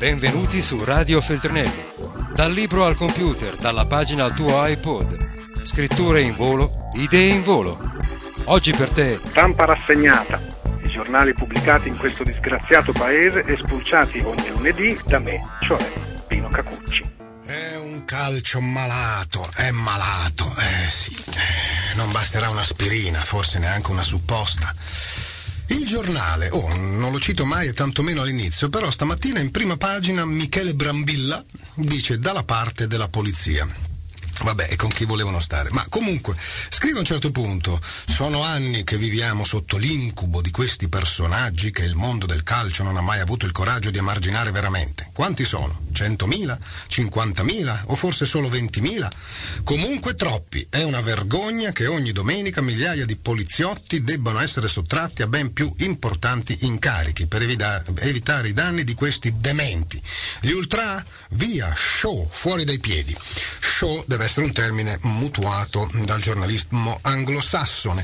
Benvenuti su Radio Feltrinelli. Dal libro al computer, dalla pagina al tuo iPod. Scritture in volo, idee in volo. Oggi per te Stampa rassegnata. I giornali pubblicati in questo disgraziato paese e spulciati ogni lunedì da me, cioè Pino Cacucci. È un calcio malato, è malato, sì. Non basterà un'aspirina, forse neanche una supposta. Il giornale, non lo cito mai e tantomeno all'inizio, però stamattina in prima pagina Michele Brambilla dice dalla parte della polizia. Vabbè, e con chi volevano stare? Ma comunque, scrive a un certo punto: sono anni che viviamo sotto l'incubo di questi personaggi che il mondo del calcio non ha mai avuto il coraggio di emarginare veramente. Quanti sono? 100.000? 50.000? O forse solo 20.000? Comunque troppi. È una vergogna che ogni domenica migliaia di poliziotti debbano essere sottratti a ben più importanti incarichi per evitare i danni di questi dementi. Gli ultra? Via, show, fuori dai piedi. Show deve essere un termine mutuato dal giornalismo anglosassone.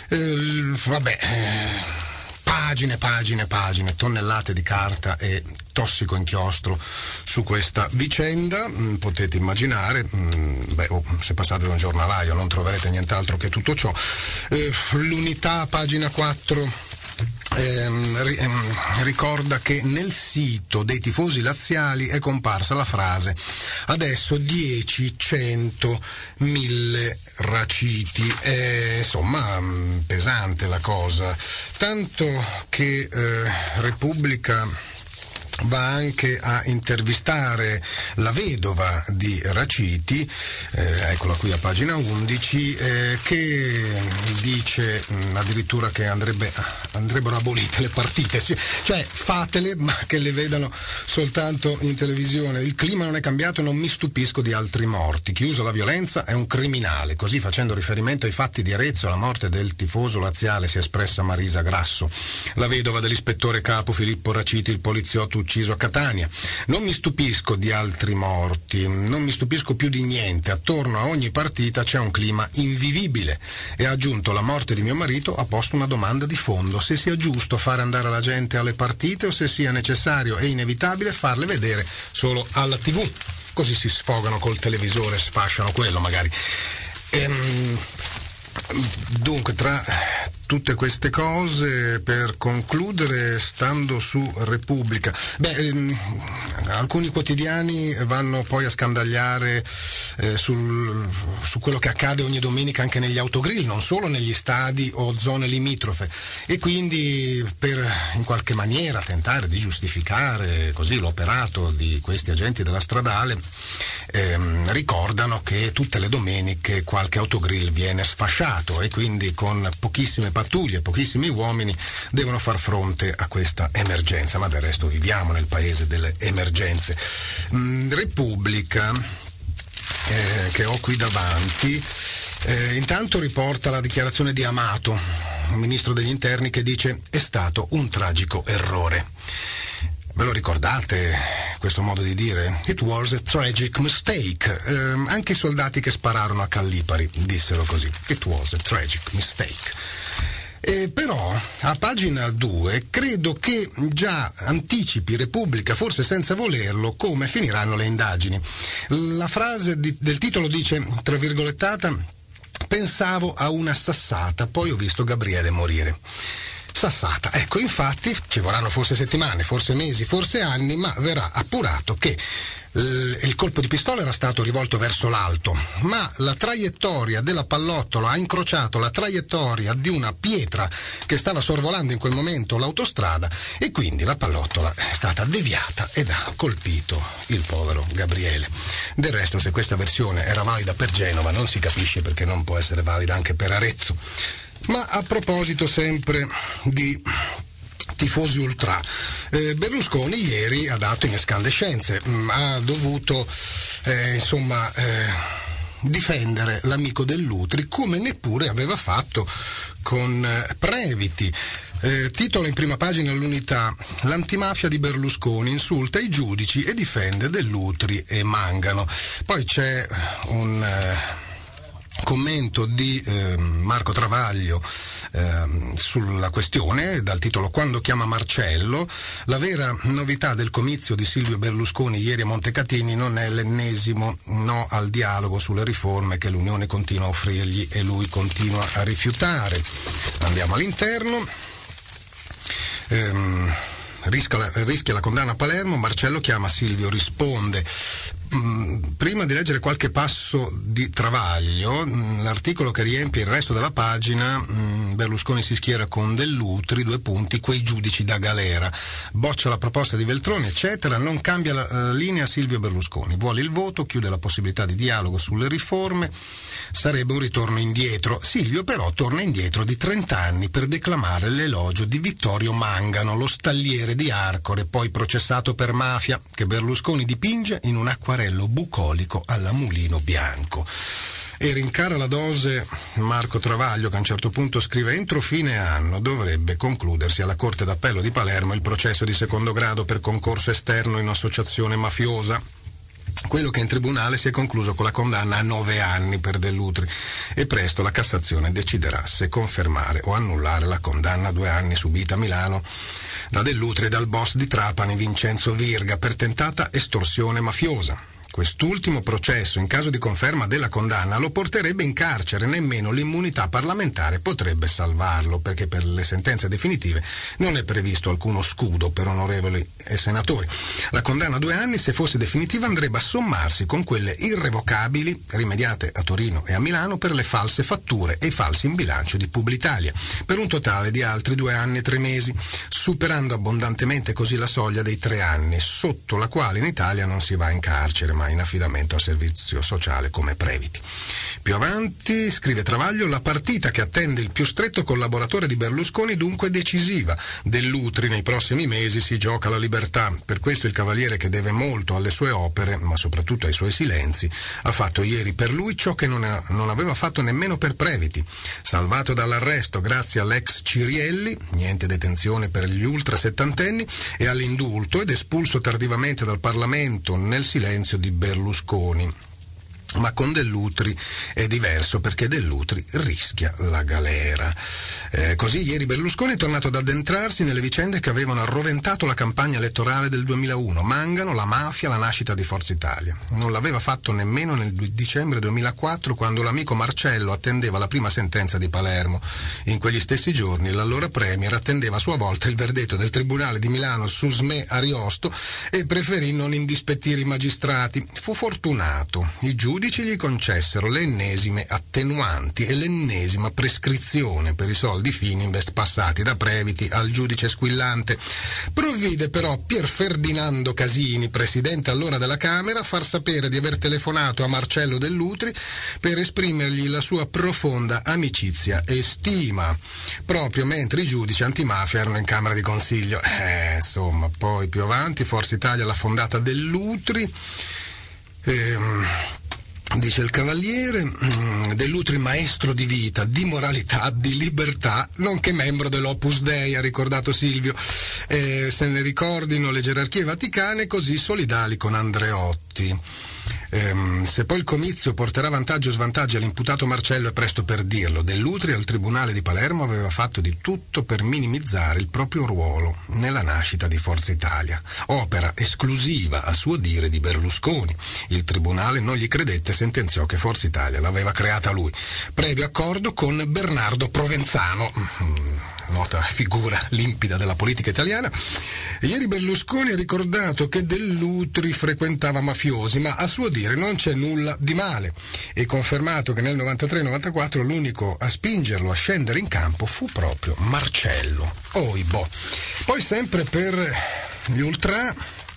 Pagine, tonnellate di carta e tossico inchiostro su questa vicenda. Potete immaginare, se passate da un giornalaio non troverete nient'altro che tutto ciò. L'Unità, pagina 4, ricorda che nel sito dei tifosi laziali è comparsa la frase: adesso 10, 100, 1000 Raciti. Insomma, pesante la cosa, tanto che Repubblica va anche a intervistare la vedova di Raciti, eccola qui a pagina 11, che dice addirittura che andrebbero abolite le partite, cioè fatele ma che le vedano soltanto in televisione. Il clima non è cambiato e non mi stupisco di altri morti. Chi usa la violenza è un criminale. Così, facendo riferimento ai fatti di Arezzo, alla morte del tifoso laziale, si è espressa Marisa Grasso, la vedova dell'ispettore capo Filippo Raciti, il poliziotto ucciso a Catania. Non mi stupisco di altri morti, non mi stupisco più di niente. Attorno a ogni partita c'è un clima invivibile. E ha aggiunto: la morte di mio marito ha posto una domanda di fondo: se sia giusto fare andare la gente alle partite o se sia necessario e inevitabile farle vedere solo alla TV. Così si sfogano col televisore, sfasciano quello magari. Dunque, tra tutte queste cose, per concludere, stando su Repubblica, alcuni quotidiani vanno poi a scandagliare su quello che accade ogni domenica anche negli autogrill, non solo negli stadi o zone limitrofe, e quindi per in qualche maniera tentare di giustificare così l'operato di questi agenti della stradale, ricordano che tutte le domeniche qualche autogrill viene sfasciato e quindi con pochissime pattuglie, pochissimi uomini devono far fronte a questa emergenza. Ma del resto viviamo nel paese delle emergenze. Repubblica, che ho qui davanti, intanto riporta la dichiarazione di Amato, il ministro degli interni, che dice: è stato un tragico errore. Ve lo ricordate questo modo di dire? It was a tragic mistake. Anche i soldati che spararono a Callipari dissero così: it was a tragic mistake. Però a pagina 2 credo che già anticipi Repubblica, forse senza volerlo, come finiranno le indagini. La frase del titolo dice, tra virgolettata: pensavo a una sassata, poi ho visto Gabriele morire. Sassata, ecco, infatti ci vorranno forse settimane, forse mesi, forse anni, ma verrà appurato che il colpo di pistola era stato rivolto verso l'alto, ma la traiettoria della pallottola ha incrociato la traiettoria di una pietra che stava sorvolando in quel momento l'autostrada, e quindi la pallottola è stata deviata ed ha colpito il povero Gabriele. Del resto, se questa versione era valida per Genova, non si capisce perché non può essere valida anche per Arezzo. Ma a proposito sempre di tifosi ultra, Berlusconi ieri ha dato in escandescenze, ha dovuto difendere l'amico dell'Utri, come neppure aveva fatto con Previti. Titolo in prima pagina l'Unità: l'antimafia di Berlusconi insulta i giudici e difende Dell'Utri e Mangano. Poi c'è commento di Marco Travaglio sulla questione dal titolo "Quando chiama Marcello". La vera novità del comizio di Silvio Berlusconi ieri a Montecatini non è l'ennesimo no al dialogo sulle riforme che l'Unione continua a offrirgli e lui continua a rifiutare. Andiamo all'interno. Rischia la condanna a Palermo, Marcello chiama, Silvio risponde. Prima di leggere qualche passo di Travaglio, l'articolo che riempie il resto della pagina, Berlusconi si schiera con Dell'Utri, quei giudici da galera, boccia la proposta di Veltroni, eccetera, non cambia la linea Silvio Berlusconi, vuole il voto, chiude la possibilità di dialogo sulle riforme, sarebbe un ritorno indietro. Silvio però torna indietro di 30 anni per declamare l'elogio di Vittorio Mangano, lo stalliere di Arcore, poi processato per mafia, che Berlusconi dipinge in un acquarello bucolico alla Mulino Bianco. E rincara la dose Marco Travaglio, che a un certo punto scrive: entro fine anno dovrebbe concludersi alla Corte d'Appello di Palermo il processo di secondo grado per concorso esterno in associazione mafiosa. Quello che in tribunale si è concluso con la condanna a 9 anni per Dell'Utri, e presto la Cassazione deciderà se confermare o annullare la condanna a 2 anni subita a Milano da Dell'Utri e dal boss di Trapani Vincenzo Virga per tentata estorsione mafiosa. Quest'ultimo processo, in caso di conferma della condanna, lo porterebbe in carcere, nemmeno l'immunità parlamentare potrebbe salvarlo, perché per le sentenze definitive non è previsto alcuno scudo per onorevoli e senatori. La condanna a 2 anni, se fosse definitiva, andrebbe a sommarsi con quelle irrevocabili rimediate a Torino e a Milano per le false fatture e i falsi in bilancio di Publitalia, per un totale di altri 2 anni e 3 mesi, superando abbondantemente così la soglia dei 3 anni, sotto la quale in Italia non si va in carcere, ma in affidamento al servizio sociale come Previti. Più avanti, scrive Travaglio, la partita che attende il più stretto collaboratore di Berlusconi dunque è decisiva. Dell'Utri nei prossimi mesi si gioca la libertà. Per questo il cavaliere, che deve molto alle sue opere, ma soprattutto ai suoi silenzi, ha fatto ieri per lui ciò che non aveva fatto nemmeno per Previti. Salvato dall'arresto grazie all'ex Cirielli, niente detenzione per gli ultra settantenni, e all'indulto, ed espulso tardivamente dal Parlamento nel silenzio di Berlusconi. Ma con Dell'Utri è diverso, perché Dell'Utri rischia la galera. Così ieri Berlusconi è tornato ad addentrarsi nelle vicende che avevano arroventato la campagna elettorale del 2001. Mangano, la mafia, la nascita di Forza Italia. Non l'aveva fatto nemmeno nel dicembre 2004, quando l'amico Marcello attendeva la prima sentenza di Palermo. In quegli stessi giorni l'allora premier attendeva a sua volta il verdetto del Tribunale di Milano su Sme Ariosto e preferì non indispettire i magistrati. Fu fortunato. I giudici gli concessero le ennesime attenuanti e l'ennesima prescrizione per i soldi Fininvest passati da Previti al giudice squillante. Provvide però Pier Ferdinando Casini, presidente allora della Camera, a far sapere di aver telefonato a Marcello Dell'Utri per esprimergli la sua profonda amicizia e stima, proprio mentre i giudici antimafia erano in Camera di Consiglio. Insomma, poi più avanti Forza Italia l'ha fondata Dell'Utri. Dice il Cavaliere, Dell'Utri maestro di vita, di moralità, di libertà, nonché membro dell'Opus Dei, ha ricordato Silvio. Se ne ricordino le gerarchie vaticane, così solidali con Andreotti. Se poi il comizio porterà vantaggi o svantaggi all'imputato Marcello è presto per dirlo. Dell'Utri al Tribunale di Palermo aveva fatto di tutto per minimizzare il proprio ruolo nella nascita di Forza Italia, opera esclusiva a suo dire di Berlusconi. Il Tribunale non gli credette e sentenziò che Forza Italia l'aveva creata lui, previo accordo con Bernardo Provenzano, nota figura limpida della politica italiana. Ieri Berlusconi ha ricordato che Dell'Utri frequentava mafiosi, ma a suo dire non c'è nulla di male, e confermato che nel 93-94 l'unico a spingerlo a scendere in campo fu proprio Marcello. Oibò. Poi sempre per gli ultra,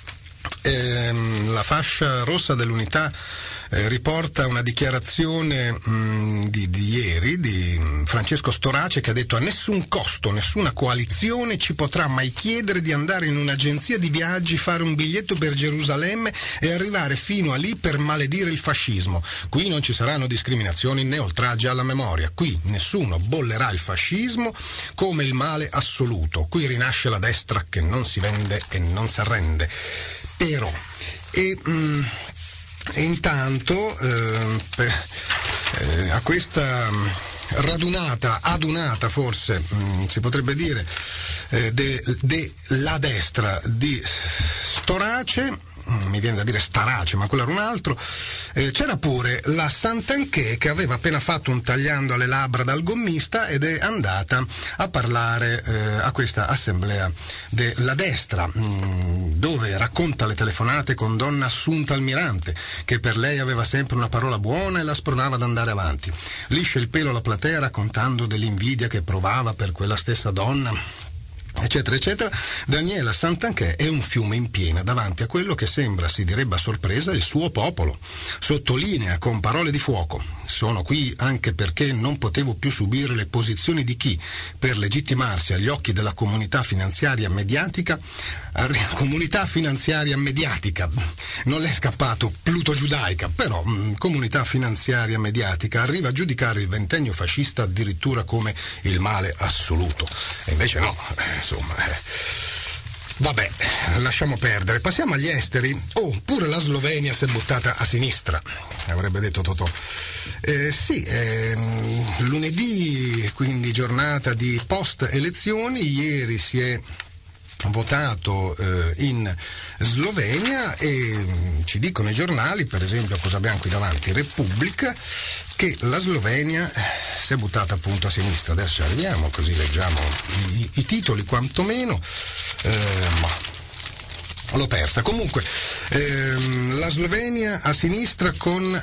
la fascia rossa dell'Unità riporta una dichiarazione di ieri di Francesco Storace, che ha detto: a nessun costo, nessuna coalizione ci potrà mai chiedere di andare in un'agenzia di viaggi, fare un biglietto per Gerusalemme e arrivare fino a lì per maledire il fascismo. Qui non ci saranno discriminazioni né oltraggi alla memoria. Qui nessuno bollerà il fascismo come il male assoluto. Qui rinasce la destra che non si vende e non si arrende. Però, e intanto a questa adunata forse si potrebbe dire della destra di Storace, mi viene da dire Starace, ma quello era un altro. C'era pure la Santanchè, che aveva appena fatto un tagliando alle labbra dal gommista ed è andata a parlare a questa assemblea della destra, dove racconta le telefonate con donna Assunta Almirante, che per lei aveva sempre una parola buona e la spronava ad andare avanti. Liscia il pelo alla platea raccontando dell'invidia che provava per quella stessa donna, eccetera eccetera. Daniela Santanchè è un fiume in piena davanti a quello che sembra, si direbbe a sorpresa, il suo popolo. Sottolinea con parole di fuoco: sono qui anche perché non potevo più subire le posizioni di chi, per legittimarsi agli occhi della comunità finanziaria mediatica, non le è scappato pluto-giudaica, però comunità finanziaria mediatica, arriva a giudicare il ventennio fascista addirittura come il male assoluto. E invece no, insomma. Vabbè, lasciamo perdere. Passiamo agli esteri. Pure la Slovenia si è buttata a sinistra, avrebbe detto Totò. Lunedì, quindi giornata di post-elezioni, ieri si è votato in Slovenia e ci dicono i giornali, per esempio, cosa abbiamo qui davanti, Repubblica, che la Slovenia si è buttata appunto a sinistra. Adesso arriviamo, così leggiamo i titoli quantomeno. L'ho persa. Comunque la Slovenia a sinistra con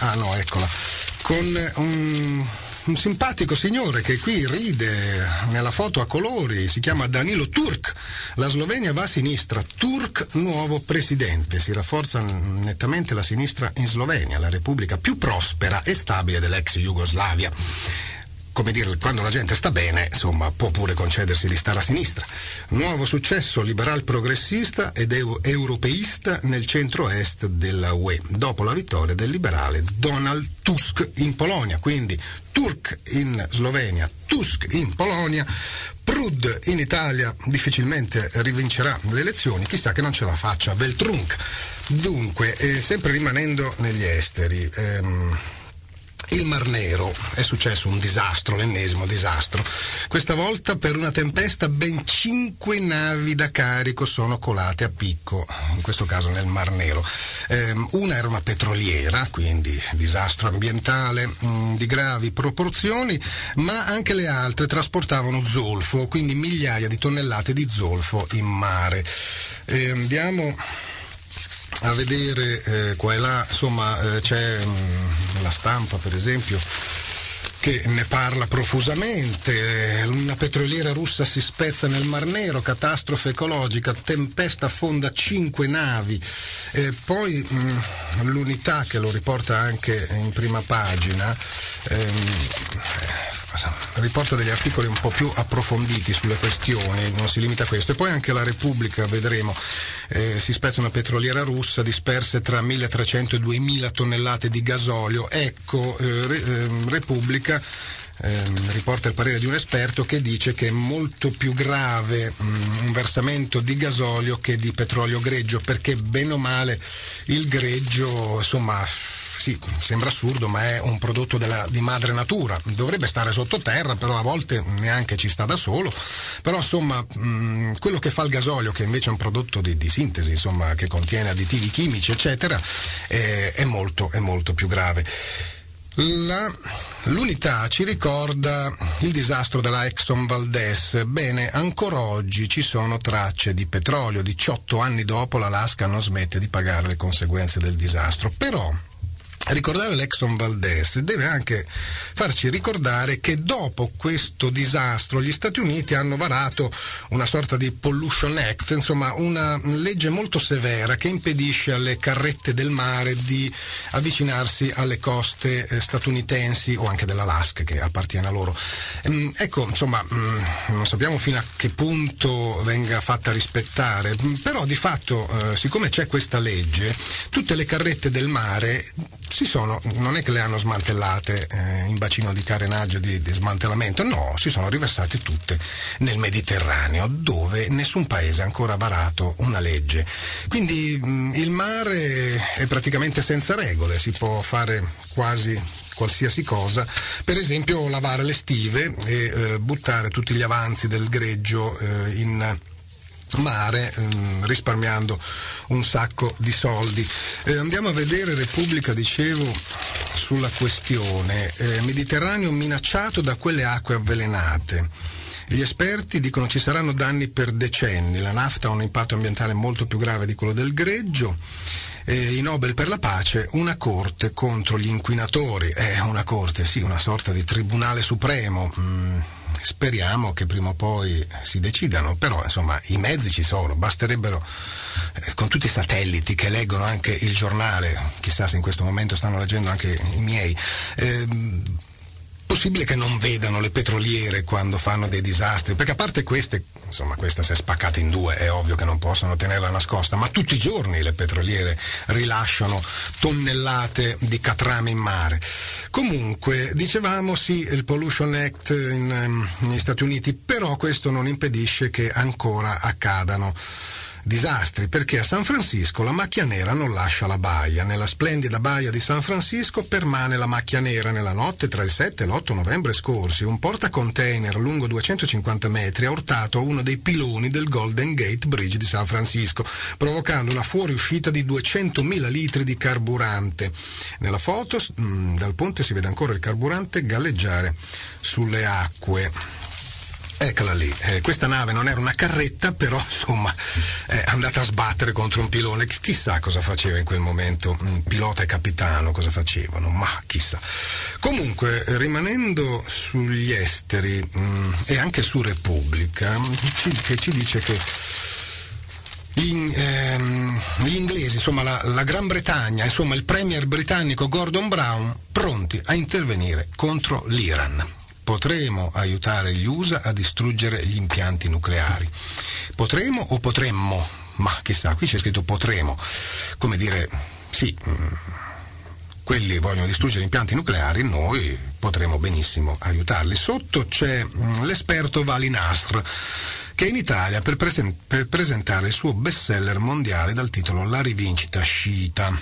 un simpatico signore che qui ride nella foto a colori, si chiama Danilo Turk. La Slovenia va a sinistra, Turk nuovo presidente, si rafforza nettamente la sinistra in Slovenia, la repubblica più prospera e stabile dell'ex Jugoslavia. Come dire, quando la gente sta bene, insomma, può pure concedersi di stare a sinistra. Nuovo successo liberal progressista ed europeista nel centro-est della UE, dopo la vittoria del liberale Donald Tusk in Polonia. Quindi Turk in Slovenia, Tusk in Polonia, Prud in Italia difficilmente rivincerà le elezioni, chissà che non ce la faccia Veltrunk. Dunque, sempre rimanendo negli esteri, il Mar Nero è successo un disastro, l'ennesimo disastro. Questa volta per una tempesta ben 5 navi da carico sono colate a picco, in questo caso nel Mar Nero. Una era una petroliera, quindi disastro ambientale di gravi proporzioni, ma anche le altre trasportavano zolfo, quindi migliaia di tonnellate di zolfo in mare. Andiamo a vedere qua e là, insomma, c'è la Stampa per esempio che ne parla profusamente. Una petroliera russa si spezza nel Mar Nero, catastrofe ecologica, tempesta affonda 5 navi. Poi l'Unità, che lo riporta anche in prima pagina, riporta degli articoli un po' più approfonditi sulle questioni, non si limita a questo. E poi anche la Repubblica, vedremo, si spezza una petroliera russa, disperse tra 1.300 e 2.000 tonnellate di gasolio. Ecco, Repubblica riporta il parere di un esperto che dice che è molto più grave un versamento di gasolio che di petrolio greggio, perché bene o male il greggio, insomma, sì, sembra assurdo, ma è un prodotto di madre natura, dovrebbe stare sottoterra, però a volte neanche ci sta da solo. Però insomma, quello che fa il gasolio, che invece è un prodotto di sintesi, insomma, che contiene additivi chimici eccetera, è molto più grave. L'Unità ci ricorda il disastro della Exxon Valdez. Bene, ancora oggi ci sono tracce di petrolio. 18 anni dopo l'Alaska non smette di pagare le conseguenze del disastro. Però ricordare l'Exxon Valdez deve anche farci ricordare che dopo questo disastro gli Stati Uniti hanno varato una sorta di Pollution Act, insomma una legge molto severa che impedisce alle carrette del mare di avvicinarsi alle coste statunitensi o anche dell'Alaska, che appartiene a loro. Ecco, insomma, non sappiamo fino a che punto venga fatta rispettare, però di fatto, siccome c'è questa legge, tutte le carrette del mare non è che le hanno smantellate in bacino di carenaggio di smantellamento, no, si sono riversate tutte nel Mediterraneo, dove nessun paese ha ancora varato una legge. Quindi il mare è praticamente senza regole, si può fare quasi qualsiasi cosa, per esempio lavare le stive e buttare tutti gli avanzi del greggio in mare, risparmiando un sacco di soldi. Andiamo a vedere Repubblica, dicevo, sulla questione Mediterraneo minacciato da quelle acque avvelenate. Gli esperti dicono ci saranno danni per decenni, la nafta ha un impatto ambientale molto più grave di quello del greggio. I Nobel per la pace, una corte contro gli inquinatori, una corte, sì, una sorta di tribunale supremo. Speriamo che prima o poi si decidano, però insomma i mezzi ci sono, basterebbero, con tutti i satelliti che leggono anche il giornale, chissà se in questo momento stanno leggendo anche i miei, possibile che non vedano le petroliere quando fanno dei disastri, perché a parte queste, insomma questa si è spaccata in due, è ovvio che non possono tenerla nascosta, ma tutti i giorni le petroliere rilasciano tonnellate di catrame in mare. Comunque, dicevamo sì, il Pollution Act negli Stati Uniti, però questo non impedisce che ancora accadano disastri, perché a San Francisco la macchia nera non lascia la baia. Nella splendida baia di San Francisco permane la macchia nera. Nella notte tra il 7 e l'8 novembre scorsi un portacontainer lungo 250 metri ha urtato uno dei piloni del Golden Gate Bridge di San Francisco, provocando una fuoriuscita di 200.000 litri di carburante. Nella foto dal ponte si vede ancora il carburante galleggiare sulle acque. Eccola lì, questa nave non era una carretta, però insomma è andata a sbattere contro un pilone. Chissà cosa faceva in quel momento, pilota e capitano cosa facevano, ma chissà. Comunque, rimanendo sugli esteri e anche su Repubblica, che ci dice che gli inglesi, insomma la Gran Bretagna, insomma il premier britannico Gordon Brown, pronti a intervenire contro l'Iran. Potremo aiutare gli USA a distruggere gli impianti nucleari. Potremo o potremmo? Ma chissà, qui c'è scritto potremo. Come dire, sì, quelli vogliono distruggere gli impianti nucleari, noi potremo benissimo aiutarli. Sotto c'è l'esperto Vali Nasr, che è in Italia per presentare il suo bestseller mondiale dal titolo La rivincita sciita.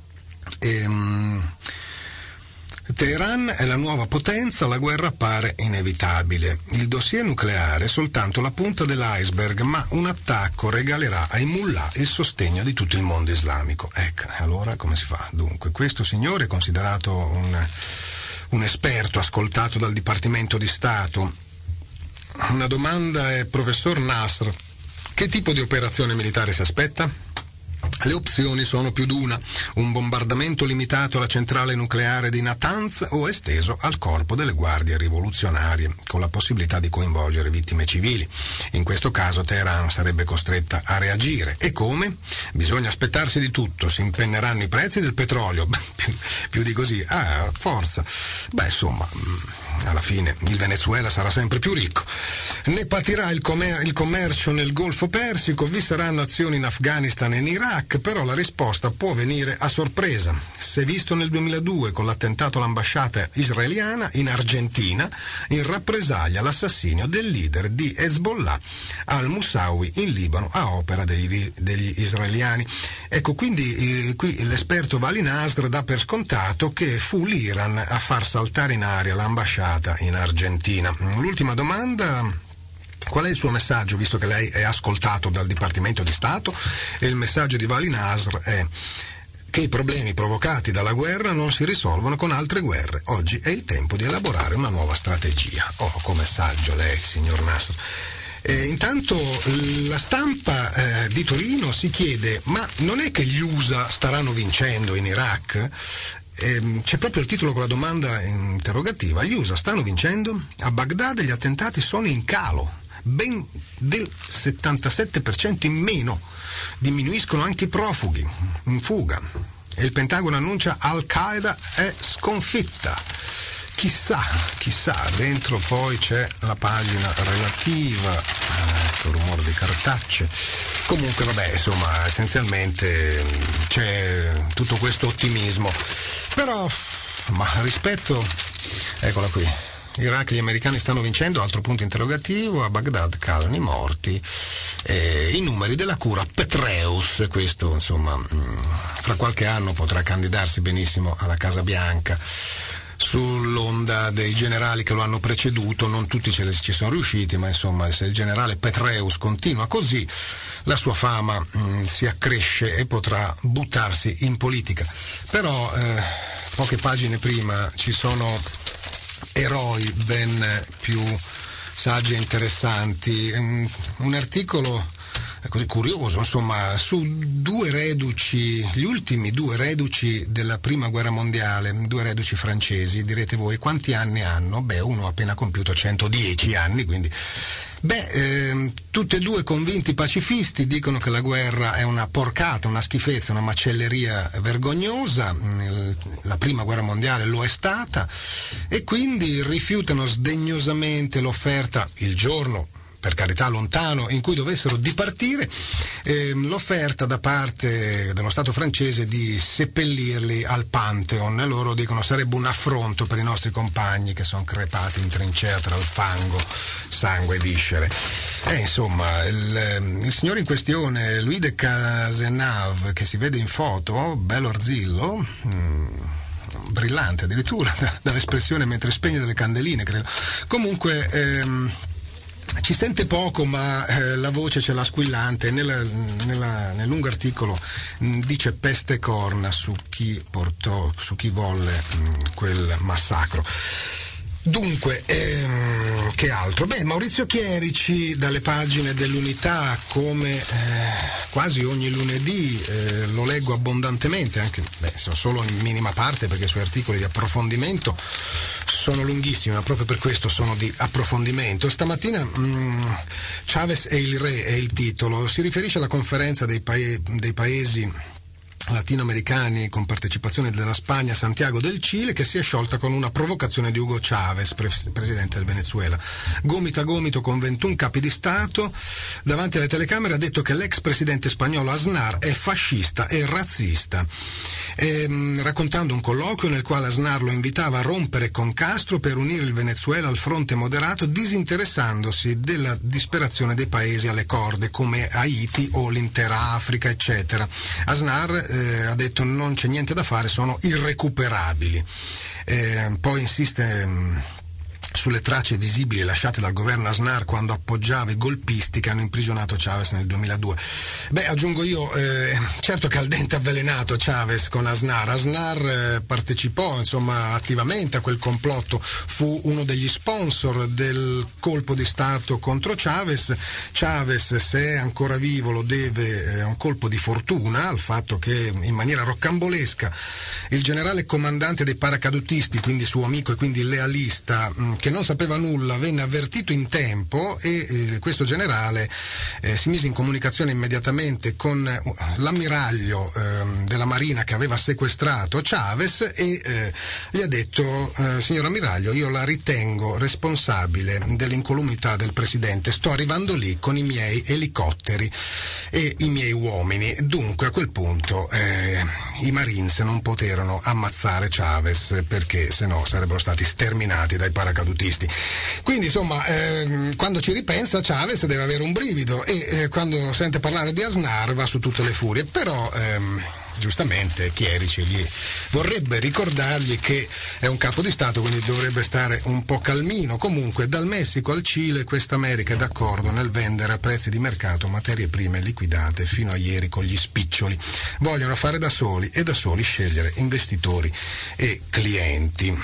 Teheran è la nuova potenza, la guerra appare inevitabile. Il dossier nucleare è soltanto la punta dell'iceberg, ma un attacco regalerà ai mullah il sostegno di tutto il mondo islamico. Ecco, allora come si fa? Dunque, questo signore è considerato un esperto, ascoltato dal Dipartimento di Stato. Una domanda è, professor Nasr, che tipo di operazione militare si aspetta? Le opzioni sono più di una: un bombardamento limitato alla centrale nucleare di Natanz o esteso al corpo delle guardie rivoluzionarie, con la possibilità di coinvolgere vittime civili. In questo caso Teheran sarebbe costretta a reagire. E come? Bisogna aspettarsi di tutto. Si impenneranno i prezzi del petrolio, più di così, forza. Beh, insomma, alla fine il Venezuela sarà sempre più ricco. Ne patirà il commercio nel Golfo Persico, vi saranno azioni in Afghanistan e in Iraq, però la risposta può venire a sorpresa. Si è visto nel 2002 con l'attentato all'ambasciata israeliana in Argentina, in rappresaglia all'assassinio del leader di Hezbollah al-Musawi in Libano a opera degli israeliani. Ecco, quindi qui l'esperto Vali Nasr dà per scontato che fu l'Iran a far saltare in aria l'ambasciata in Argentina. L'ultima domanda: qual è il suo messaggio, visto che lei è ascoltato dal Dipartimento di Stato? E il messaggio di Vali Nasr è che i problemi provocati dalla guerra non si risolvono con altre guerre. Oggi è il tempo di elaborare una nuova strategia. Come messaggio lei, signor Nasr. Intanto la stampa di Torino si chiede: ma non è che gli USA staranno vincendo in Iraq? C'è proprio il titolo con la domanda interrogativa. Gli USA stanno vincendo? A Baghdad gli attentati sono in calo, ben del 77% in meno, diminuiscono anche i profughi in fuga, e il Pentagono annuncia Al-Qaeda è sconfitta. Chissà, dentro poi c'è la pagina relativa, ecco il rumore di cartacce. Comunque vabbè, insomma, essenzialmente c'è tutto questo ottimismo, però rispetto, eccola qui, Iraq, gli americani stanno vincendo, altro punto interrogativo, a Baghdad calano i morti, i numeri della cura Petraeus, questo insomma fra qualche anno potrà candidarsi benissimo alla Casa Bianca. sull'onda dei generali che lo hanno preceduto. Non tutti ci sono riusciti, ma insomma, se il generale Petraeus continua così, la sua fama si accresce e potrà buttarsi in politica. Però poche pagine prima ci sono eroi ben più saggi e interessanti. Un articolo così curioso, insomma, su due reduci, gli ultimi due reduci della prima guerra mondiale, due reduci francesi. Direte voi quanti anni hanno? Beh, uno ha appena compiuto 110 anni, quindi tutti e due convinti pacifisti, dicono che la guerra è una porcata, una schifezza, una macelleria vergognosa. La prima guerra mondiale lo è stata, e quindi rifiutano sdegnosamente l'offerta, il giorno, per carità lontano, in cui dovessero dipartire, l'offerta da parte dello Stato francese di seppellirli al Pantheon. E loro dicono sarebbe un affronto per i nostri compagni che sono crepati in trincea tra il fango, sangue e viscere. Insomma, il signore in questione, Louis de Cazenave, che si vede in foto, bello arzillo, brillante addirittura dall'espressione mentre spegne delle candeline, credo. Comunque ci sente poco, ma la voce ce l'ha squillante. Nel lungo articolo dice peste e corna su chi volle quel massacro. Dunque, che altro? Maurizio Chierici, dalle pagine dell'Unità, come quasi ogni lunedì, lo leggo abbondantemente, anche solo in minima parte, perché i suoi articoli di approfondimento sono lunghissimi, ma proprio per questo sono di approfondimento. Stamattina Chavez e il re è il titolo. Si riferisce alla conferenza dei paesi latinoamericani con partecipazione della Spagna, Santiago del Cile, che si è sciolta con una provocazione di Hugo Chavez, presidente del Venezuela. Gomito a gomito con 21 capi di Stato, davanti alle telecamere ha detto che l'ex presidente spagnolo Aznar è fascista e razzista, raccontando un colloquio nel quale Aznar lo invitava a rompere con Castro per unire il Venezuela al fronte moderato, disinteressandosi della disperazione dei paesi alle corde come Haiti o l'intera Africa, eccetera. Aznar ha detto non c'è niente da fare, sono irrecuperabili. Poi insiste sulle tracce visibili lasciate dal governo Aznar quando appoggiava i golpisti che hanno imprigionato Chavez nel 2002. Aggiungo io, certo che al dente avvelenato Chavez con Aznar. Aznar partecipò attivamente a quel complotto, fu uno degli sponsor del colpo di Stato contro Chavez. Chavez, se è ancora vivo, lo deve un colpo di fortuna al fatto che in maniera roccambolesca il generale comandante dei paracadutisti, quindi suo amico e quindi lealista, che non sapeva nulla, venne avvertito in tempo, e questo generale si mise in comunicazione immediatamente con l'ammiraglio della Marina che aveva sequestrato Chavez e gli ha detto: signor ammiraglio, io la ritengo responsabile dell'incolumità del presidente, sto arrivando lì con i miei elicotteri e i miei uomini. Dunque a quel punto i Marines non poterono ammazzare Chavez, perché sennò sarebbero stati sterminati dai paracadutisti. Quindi quando ci ripensa Chavez deve avere un brivido, e quando sente parlare di Aznar va su tutte le furie. Però giustamente Chierici gli vorrebbe ricordargli che è un capo di Stato, quindi dovrebbe stare un po' calmino. Comunque, dal Messico al Cile questa America è d'accordo nel vendere a prezzi di mercato materie prime liquidate fino a ieri con gli spiccioli. Vogliono fare da soli e da soli scegliere investitori e clienti.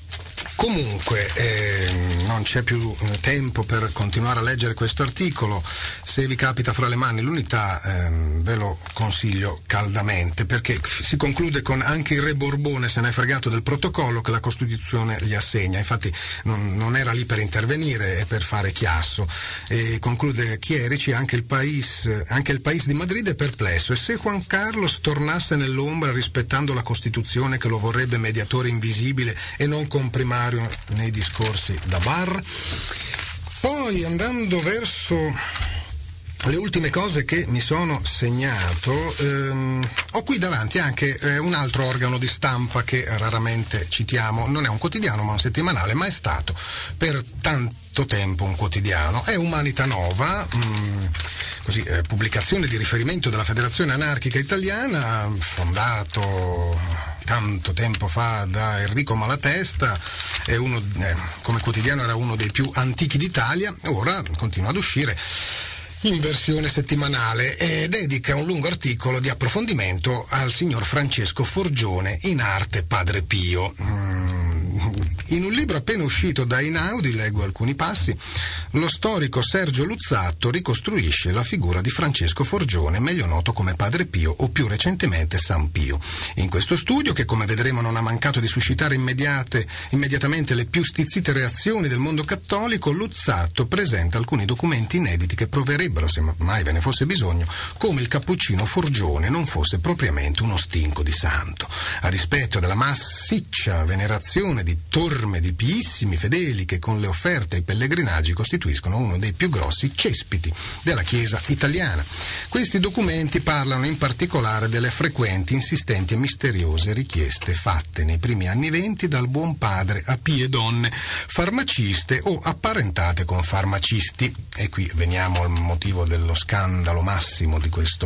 Comunque non c'è più tempo per continuare a leggere questo articolo. Se vi capita fra le mani l'Unità, ve lo consiglio caldamente, perché si conclude con: anche il re Borbone se n'è fregato del protocollo che la Costituzione gli assegna. Infatti non era lì per intervenire e per fare chiasso. E conclude Chierici: anche il país di Madrid è perplesso, e se Juan Carlos tornasse nell'ombra rispettando la Costituzione che lo vorrebbe mediatore invisibile e non comprimario nei discorsi da bar. Poi, andando verso le ultime cose che mi sono segnato, ho qui davanti anche un altro organo di stampa che raramente citiamo. Non è un quotidiano ma un settimanale, ma è stato per tanto tempo un quotidiano. È Umanità Nova, pubblicazione di riferimento della Federazione Anarchica Italiana, fondato tanto tempo fa da Enrico Malatesta, come quotidiano era uno dei più antichi d'Italia, ora continua ad uscire in versione settimanale e dedica un lungo articolo di approfondimento al signor Francesco Forgione, in arte Padre Pio. In un libro appena uscito da Einaudi, leggo alcuni passi, lo storico Sergio Luzzatto ricostruisce la figura di Francesco Forgione, meglio noto come Padre Pio o più recentemente San Pio. In questo studio, che come vedremo non ha mancato di suscitare immediatamente le più stizzite reazioni del mondo cattolico, Luzzatto presenta alcuni documenti inediti che proverebbero, se mai ve ne fosse bisogno, come il cappuccino Forgione non fosse propriamente uno stinco di santo. A dispetto della massiccia venerazione di torme di piissimi fedeli che con le offerte e i pellegrinaggi costituiscono uno dei più grossi cespiti della Chiesa italiana. Questi documenti parlano in particolare delle frequenti, insistenti e misteriose richieste fatte nei primi anni '20 dal buon padre a pie donne farmaciste o apparentate con farmacisti. E qui veniamo al motivo dello scandalo massimo di questo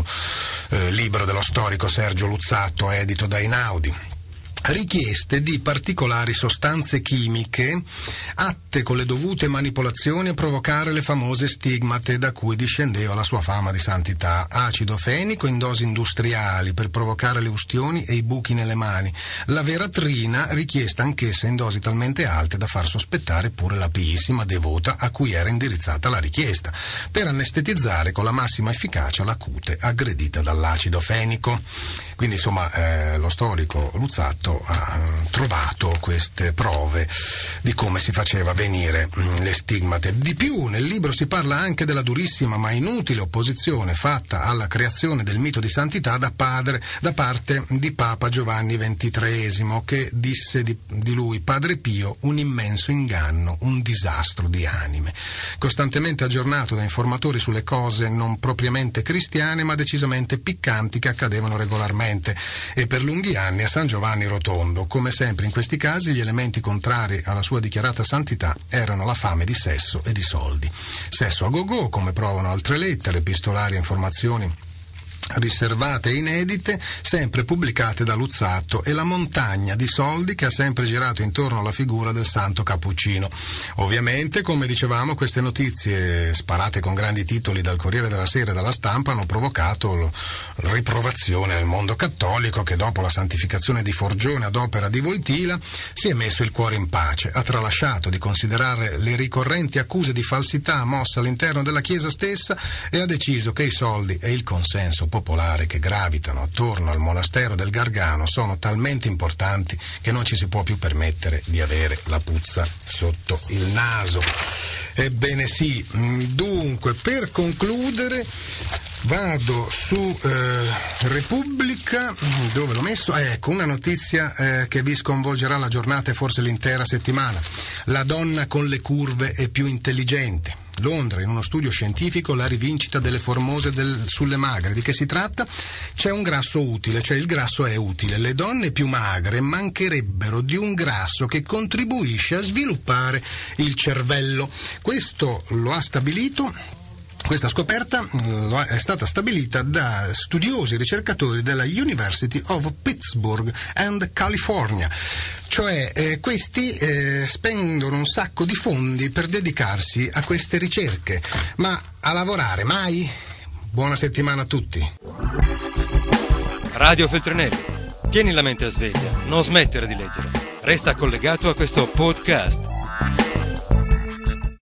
libro dello storico Sergio Luzzatto, edito da Einaudi. Richieste di particolari sostanze chimiche atte con le dovute manipolazioni a provocare le famose stigmate da cui discendeva la sua fama di santità. Acido fenico in dosi industriali per provocare le ustioni e i buchi nelle mani. La veratrina, richiesta anch'essa in dosi talmente alte da far sospettare pure la piissima devota a cui era indirizzata la richiesta, per anestetizzare con la massima efficacia la cute aggredita dall'acido fenico. Quindi insomma lo storico Luzzatto ha trovato queste prove di come si faceva venire le stigmate. Di più, nel libro si parla anche della durissima ma inutile opposizione fatta alla creazione del mito di santità da parte di Papa Giovanni XXIII, che disse di lui: Padre Pio, un immenso inganno, un disastro di anime. Costantemente aggiornato da informatori sulle cose non propriamente cristiane ma decisamente piccanti che accadevano regolarmente e per lunghi anni a San Giovanni Rotondo. Come sempre in questi casi gli elementi contrari alla sua dichiarata santità erano la fame di sesso e di soldi. Sesso a go-go, come provano altre lettere, epistolari e informazioni riservate e inedite, sempre pubblicate da Luzzatto, e la montagna di soldi che ha sempre girato intorno alla figura del santo cappuccino. Ovviamente, come dicevamo, queste notizie sparate con grandi titoli dal Corriere della Sera e dalla Stampa hanno provocato riprovazione nel mondo cattolico, che dopo la santificazione di Forgione ad opera di Wojtyla si è messo il cuore in pace, ha tralasciato di considerare le ricorrenti accuse di falsità mosse all'interno della Chiesa stessa e ha deciso che i soldi e il consenso popolare che gravitano attorno al monastero del Gargano sono talmente importanti che non ci si può più permettere di avere la puzza sotto il naso. Ebbene sì, dunque per concludere vado su Repubblica, dove l'ho messo? Ecco, una notizia che vi sconvolgerà la giornata e forse l'intera settimana. La donna con le curve è più intelligente. Londra, in uno studio scientifico, la rivincita delle formose sulle magre. Di che si tratta? C'è un grasso utile, cioè il grasso è utile. Le donne più magre mancherebbero di un grasso che contribuisce a sviluppare il cervello. Questo lo ha stabilito. Questa scoperta è stata stabilita da studiosi ricercatori della University of Pittsburgh and California. Cioè questi spendono un sacco di fondi per dedicarsi a queste ricerche, ma a lavorare mai? Buona settimana a tutti. Radio Feltrinelli, tieni la mente a sveglia, non smettere di leggere. Resta collegato a questo podcast.